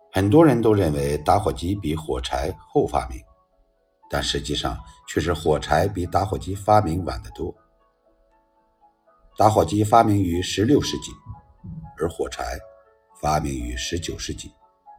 很多人都认为打火机比火柴后发明，但实际上却是火柴比打火机发明晚得多。打火机发明于16世纪，而火柴发明于19世纪。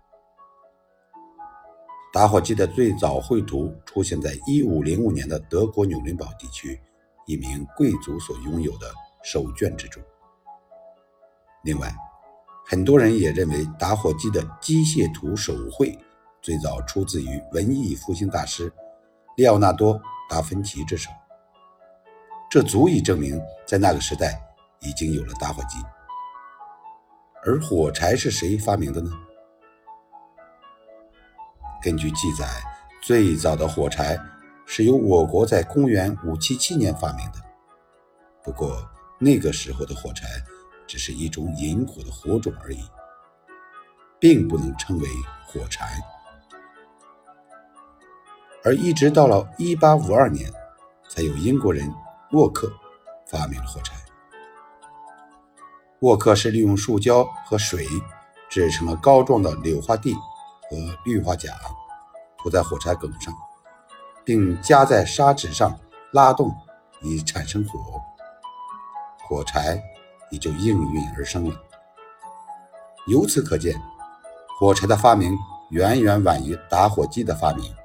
打火机的最早绘图出现在1505年的德国纽伦堡地区一名贵族所拥有的手卷之中。另外，很多人也认为打火机的机械图手绘最早出自于文艺复兴大师列奥纳多·达芬奇之手，这足以证明在那个时代已经有了打火机。而火柴是谁发明的呢？根据记载，最早的火柴是由我国在公元577年发明的，不过那个时候的火柴只是一种引火的火种而已，并不能称为火柴。而一直到了1852年，才有英国人沃克发明了火柴。沃克是利用树胶和水制成了膏状的硫化锑和氯化钾，涂在火柴梗上，并夹在砂纸上拉动以产生火，火柴也就应运而生了。由此可见，火柴的发明远远晚于打火机的发明。